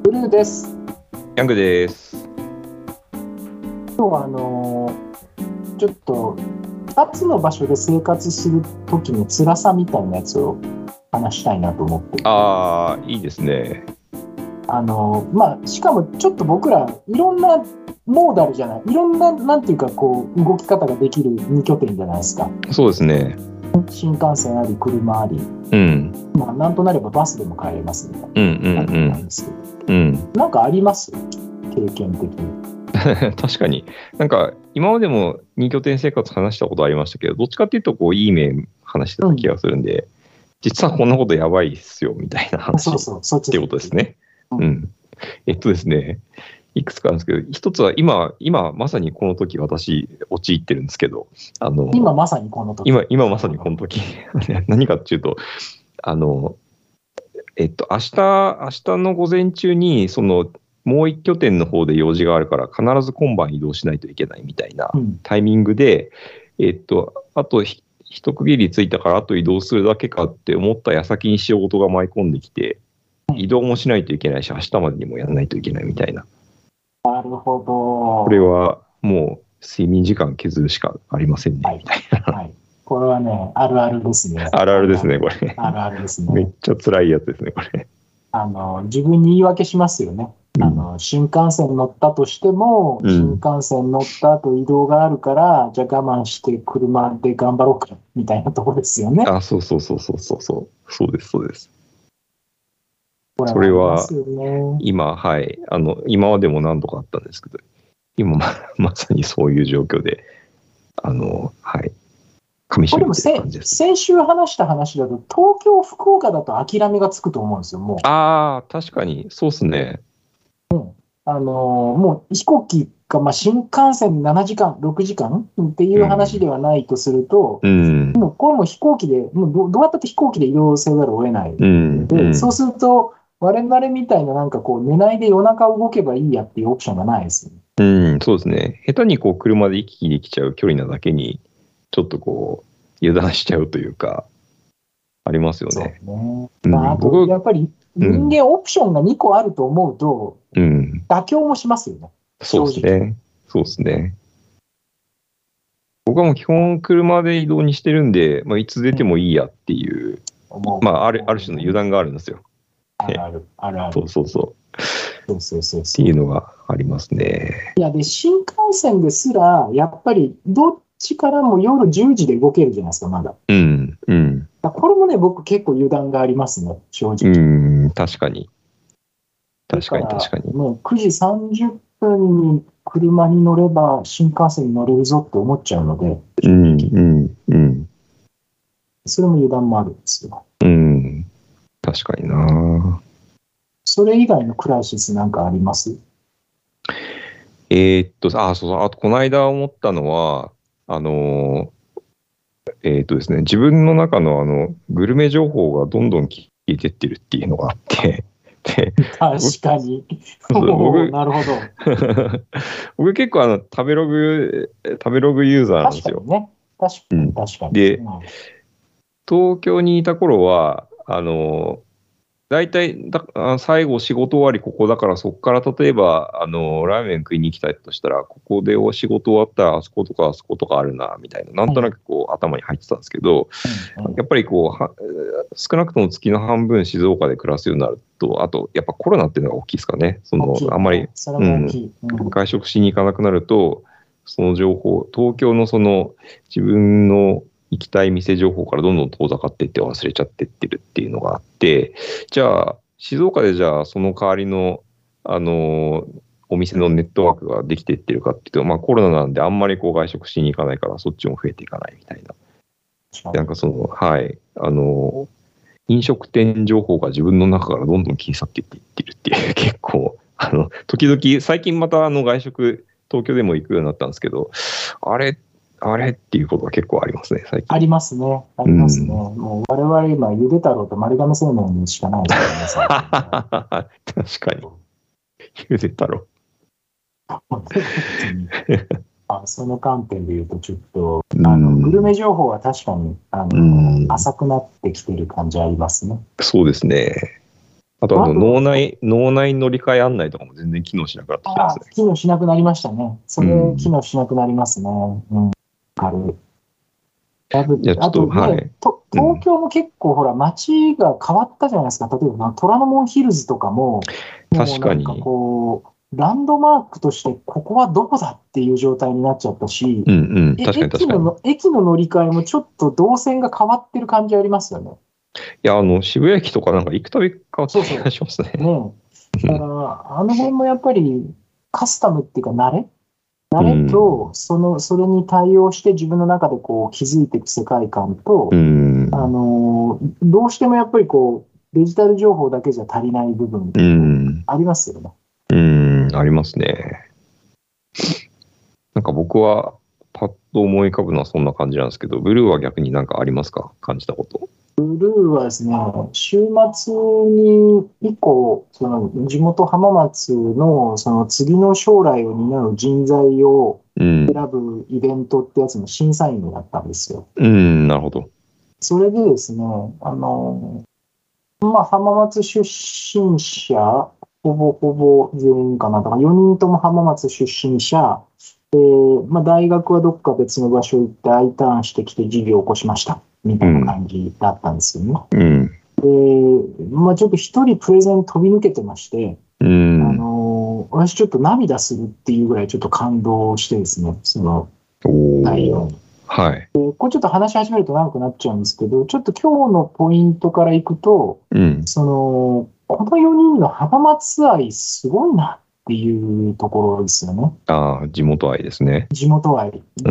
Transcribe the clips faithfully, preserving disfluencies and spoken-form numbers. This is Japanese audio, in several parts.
ブルーです。 ヤングです。 今日はあのー、ちょっとふたつの場所で生活する時の辛さみたいなやつを話したいなと思って。 ああ、いいですね。 あのー、まあしかもちょっと僕らいろんなモーダルじゃない、いろんななんていうかこう動き方ができるに拠点じゃないですか。 そうですね。 新幹線あり車あり、 うん。 まあなんとなればバスでも帰れますみたいなうんうん感じなんですけど、 うん。うん。 なんかあります？経験的に。 確かに。なんか今までも二拠点生活話したことありましたけど、どっちかっていうとこういい面話してた気がするんで、うん、実はこんなことやばいっすよみたいな話そうそう、そっちってことですね。 うん。 うん。えっとですね。いくつかあるんですけど、一つは今、今まさにこの時私陥ってるんですけど、あの今まさにこの時。 今、今まさにこの時。何かっていうと、あの、えっと、明日、明日の午前中に、その、もう一拠点の方で用事があるから、必ず今晩移動しないといけないみたいなタイミングで、うん、えっと、あとひ、一区切りついたからあと移動するだけかって思った矢先に仕事が舞い込んできて、移動もしないといけないし、明日までにもやらないといけないみたいな。 なるほど。 これはもう睡眠時間削るしかありませんね、はい、みたいな。 はい。これはね、あるあるですね。 あるあるですね、これ。 あるあるですね。 めっちゃ辛いやつですね、これ。 あの、自分に言い訳しますよね。うん、あの、新幹線乗ったとしても、うん、新幹線乗った後移動があるから、じゃあ我慢して車で頑張ろうか、みたいなところですよね。 あ、そうそうそうそうそうそう。そうです、そうです。それは、今、はい。あの、今までも何度かあったんですけど、今ま、まさにそういう状況で、あの、はい。噛み締めてる感じです。 先週話した話だと、東京、福岡だと諦めがつくと思うんですよ、もう。 ああ、確かに、そうっすね。 うん。あのー、もう飛行機が、まあ、新幹線ななじかん、ろくじかんっていう話ではないとすると、うん、もうこれも飛行機で、もう ど, どうやったって飛行機で移動せざるを得ない。うん、で、うん、そうすると、我々みたいななんかこう寝ないで夜中動けばいいやっていうオプションがないですよね。 うん、そうですね。下手にこう車で行き来できちゃう距離なだけに、ちょっとこう油断しちゃうというか、ありますよね。 そうね。まあ、あとやっぱり人間オプションがにこあると思うと、うん、妥協もしますよね。 そうですね。そうですね。僕はもう基本車で移動にしてるんで、まあ、いつ出てもいいやっていう、うん、まあ、ある、ある種の油断があるんですよ。 あるある、あるある。 そうそうそう。 そうそうそうっていうのがありますね。 いや、で、新幹線ですら、やっぱり、どっちからも夜じゅうじで動けるじゃないですか、まだ。 うん、うん。 これもね、僕結構油断がありますね、正直。 うん、確かに。確かに確かに。 もうくじさんじゅっぷんに車に乗れば、新幹線に乗れるぞって思っちゃうので。 うん、うん、うん。 それも油断もあるんですよ。 うん、確かにな。 それ以外のクライシスなんかあります？ えー、っと、あ、そうそう、あとこの間思ったのは、あの、えー、っとですね、自分の中のあの、グルメ情報がどんどん消えてってるっていうのがあって、で確かに。僕なるほど。 僕結構あの、食べログ、食べログユーザーなんですよ。 確かにね。確かに、確かに。 で、うん、東京にいた頃は、あの、大体だ最後仕事終わりここだからそこから例えばあのラーメン食いに行きたいとしたらここでお仕事終わったらあそことかあそことかあるなみたいななんとなくこう、うん、頭に入ってたんですけど、うん、やっぱりこうは少なくとも月の半分静岡で暮らすようになるとあとやっぱコロナっていうのが大きいですかねそのあんまり、うん、外食しに行かなくなるとその情報東京のその自分の行きたい店情報からどんどん遠ざかっていって忘れちゃってってるっていうのがあって、じゃあ、静岡でじゃあその代わりの、あのー、お店のネットワークができていってるかっていうと、まあコロナなんであんまりこう外食しに行かないからそっちも増えていかないみたいな。なんかその、はい、あのー、飲食店情報が自分の中からどんどん消え去っていっていってるっていう、結構、あの、時々、最近またあの外食、東京でも行くようになったんですけど、あれ、あれっていうことが結構ありますね、最近。 ありますね。ありますね。うん、もう我々今、ゆで太郎と丸亀製麺にしかないですからね。 確かに。ゆで太郎。 あその観点で言うと、ちょっと、あの、グルメ情報は確かに、あの、浅くなってきてる感じありますね。 そうですね。 あとあの脳内、脳内乗り換え案内とかも全然機能しなくなってきてますね。 機能しなくなりましたね。それ、機能しなくなりますね。うん。ある。だいぶあとね、はい、と、東京も結構ほら、街が変わったじゃないですか。例えば、虎ノ門ヒルズとかも、 確かに。 もうなんかこう、ランドマークとして、ここはどこだっていう状態になっちゃったし、 うんうん、確かに確かに。 駅の、駅の乗り換えもちょっと動線が変わってる感じありますよね。 いや、あの、渋谷駅とかなんか行くたび変わってる気がしますね。 そうそうね。だから、あの辺もやっぱりカスタムっていうか慣れ慣れと、その、それに対応して自分の中でこう気づいていく世界観と、 うん、 あの、どうしてもやっぱりこう、デジタル情報だけじゃ足りない部分ありますよね。 うん、うん、ありますね。なんか僕はパッと思い浮かぶのはそんな感じなんですけど、ブルーは逆になんかありますか？感じたこと。 ブルーはですね、週末に以降、その地元浜松のその次の将来を担う人材を選ぶイベントってやつの審査員になったんですよ。 うん、うん、なるほど。 それでですね、あの、まあ、浜松出身者、ほぼほぼ全員かな。だからよにんとも浜松出身者、えーまあ、大学はどっか別の場所行って I ターンしてきて事業を起こしました。みたいな感じだったんですよね。 うん、 で、まあ、ちょっと一人プレゼン飛び抜けてまして、 うん、 あのー、私ちょっと涙するっていうぐらいちょっと感動してですね、その内容に。 はい。 でこれちょっと話し始めると長くなっちゃうんですけど、ちょっと今日のポイントからいくと、 うん、その、このよにんの浜松愛すごいなっていうところですよね。 ああ、地元愛ですね。 地元愛。うん、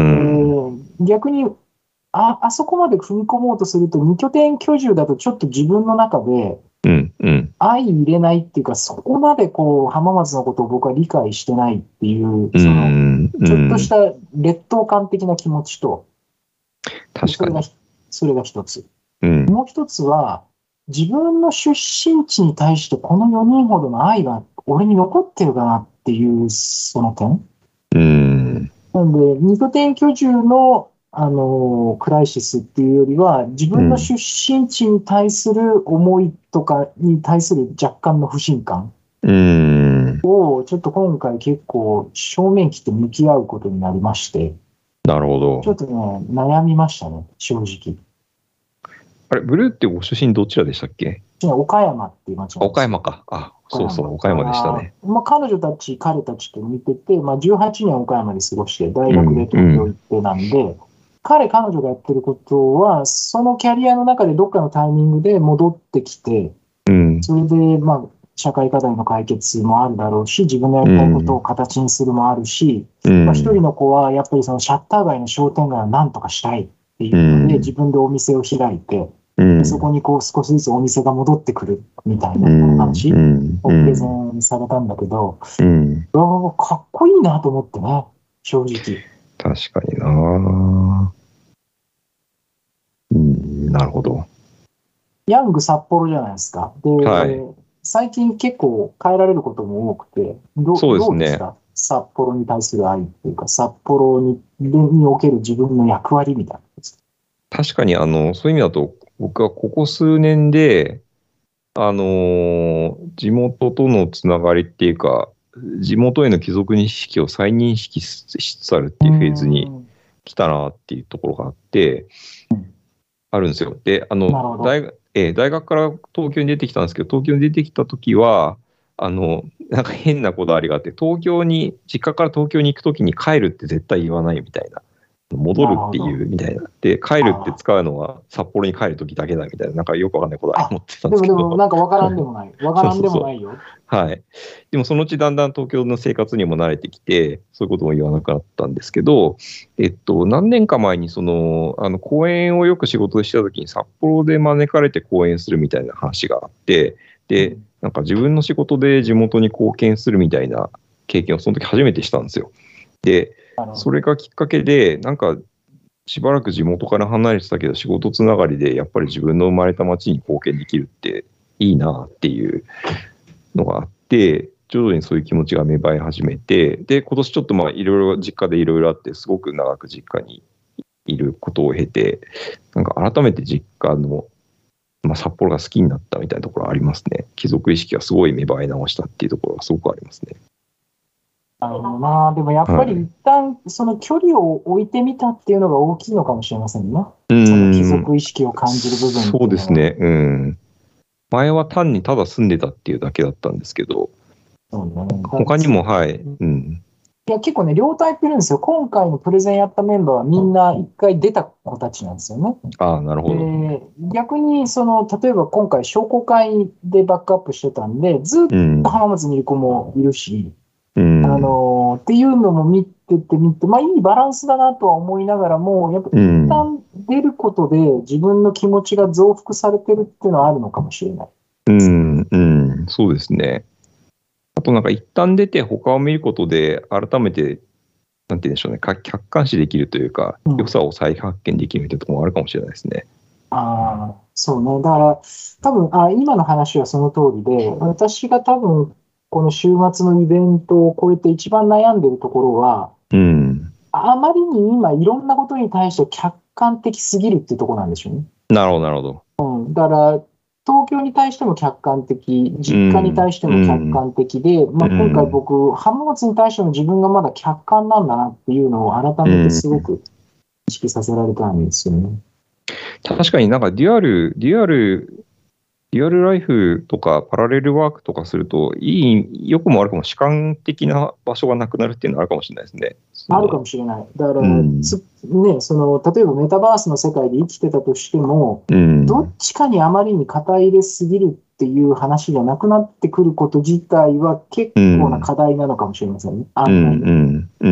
逆にあ、あそこまで踏み込もうとすると、二拠点居住だとちょっと自分の中で、 うんうん、 相入れないっていうか、そこまでこう、浜松のことを僕は理解してないっていう、その、ちょっとした劣等感的な気持ちと、 確かに。 それが一つ。 うん、 もう一つは、自分の出身地に対してこのよにんほどの愛が俺に残ってるかなっていう、その点。 うん。 なんで、二拠点居住のあの、クライシスっていうよりは、自分の出身地に対する思いとかに対する若干の不信感を、ちょっと今回結構正面切って向き合うことになりまして、 なるほど。 ちょっとね、悩みましたね、正直。 あれ、ブルーってご出身どちらでしたっけ？ 岡山っていう町なんです。 岡山か。あ、そうそう、岡山でしたね。 まあ、彼女たち、彼たちと見てて、まあ、じゅうはちねん岡山で過ごして、大学で東京行ってなんで、うんうん彼、彼女がやってることは、そのキャリアの中でどっかのタイミングで戻ってきて、うん、それで、まあ、社会課題の解決もあるだろうし、自分のやりたいことを形にするもあるし、うん、まあ、一人の子は、やっぱりそのシャッター街の商店街を何とかしたいっていうので、自分でお店を開いて、うん、そこにこう少しずつお店が戻ってくるみたいな話をプレゼンされたんだけど、うん、かっこいいなと思ってね、正直。 確かにな。うん、なるほど。 ヤング札幌じゃないですか。で、はい、最近結構変えられることも多くて、どそうですね。どうですか？札幌に対する愛っていうか、札幌ににおける自分の役割みたいな。 確かに、あの、そういう意味だと、僕はここ数年で、あのー、地元とのつながりっていうか、地元への帰属認識を再認識しつつあるっていうフェーズに来たなっていうところがあって、あるんですよ。で、あの、大学、えー、大学から東京に出てきたんですけど、東京に出てきたときは、あの、なんか変なこだわりがあって、東京に、実家から東京に行くときに帰るって絶対言わないみたいな。戻るっていうみたいな。で、帰るって使うのは札幌に帰るときだけだみたいな、なんかよくわかんないこだわり持ってたんですけど。 でも、でもなんかわからんでもない。わからんでもないよ。 そうそうそうはい。でもそのうちだんだん東京の生活にも慣れてきて、そういうことも言わなくなったんですけど、えっと、何年か前にその、あの、講演をよく仕事でしたときに札幌で招かれて講演するみたいな話があって、で、なんか自分の仕事で地元に貢献するみたいな経験をその時初めてしたんですよ。で、それがきっかけで、なんか、しばらく地元から離れてたけど、仕事つながりで、やっぱり自分の生まれた町に貢献できるっていいなっていうのがあって、徐々にそういう気持ちが芽生え始めて、で、今年ちょっとまあ、いろいろ実家でいろいろあって、すごく長く実家にいることを経て、なんか改めて実家の、まあ、札幌が好きになったみたいなところありますね。 貴族意識がすごい芽生え直したっていうところがすごくありますね。 なるほどな。でもやっぱり一旦その距離を置いてみたっていうのが大きいのかもしれませんね。 うん、 その貴族意識を感じる部分。 そうですね。うん。前は単にただ住んでたっていうだけだったんですけど、 そうね、 他にも、はい。うん。 いや、結構ね、両タイプいるんですよ。今回のプレゼンやったメンバーはみんな一回出た子たちなんですよね。 ああ、なるほど。 で、逆に、その、例えば今回商工会でバックアップしてたんで、ずっと浜松にいる子もいるし、うん、あの、っていうのも見ててみて、まあいいバランスだなとは思いながらも、やっぱ一旦出ることで自分の気持ちが増幅されてるっていうのはあるのかもしれない。 うん、うん、そうですね。あとなんか一旦出て他を見ることで改めて、なんて言うんでしょうね、客観視できるというか、うん、良さを再発見できるというところもあるかもしれないですね。 ああ、そうね。だから、多分あ今の話はその通りで、私が多分、この週末のイベントを超えて一番悩んでるところは、うん、あまりに今いろんなことに対して客観的すぎるっていうところなんでしょうね。 なるほど、なるほど。 うん、だから、東京に対しても客観的、実家に対しても客観的で、うん、まあ、今回僕、浜松に対しても自分がまだ客観なんだなっていうのを改めてすごく意識させられたんですよね。 確かになんかデュアル、デュアル、デュアルライフとかパラレルワークとかすると、いい、よくもあるかも主観的な場所がなくなるっていうのはあるかもしれないですね。 あるかもしれない。だから、うん、ね、その、例えばメタバースの世界で生きてたとしても、うん、どっちかにあまりに肩入れすぎるっていう話じゃなくなってくること自体は結構な課題なのかもしれませんね。 うん、うん、うん。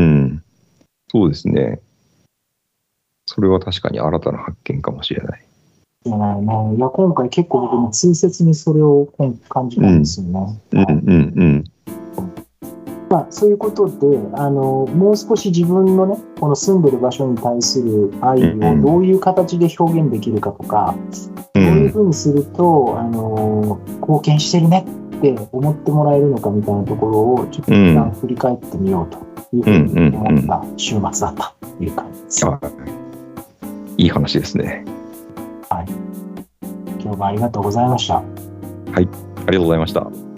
そうですね。それは確かに新たな発見かもしれない。 いや、ね、いや今回結構僕も痛切にそれを感じたんですよね。 うん、うん、うんうんまあ、そういうことであの、もう少し自分のね、この住んでる場所に対する愛をどういう形で表現できるかとか、うん、どういうふうにするとあの貢献してるねって思ってもらえるのかみたいなところをちょっと一旦振り返ってみようというふうに思った週末だったという感じです。 うんうんうん、いい話ですね。 はい。今日もありがとうございました。 はい、ありがとうございました。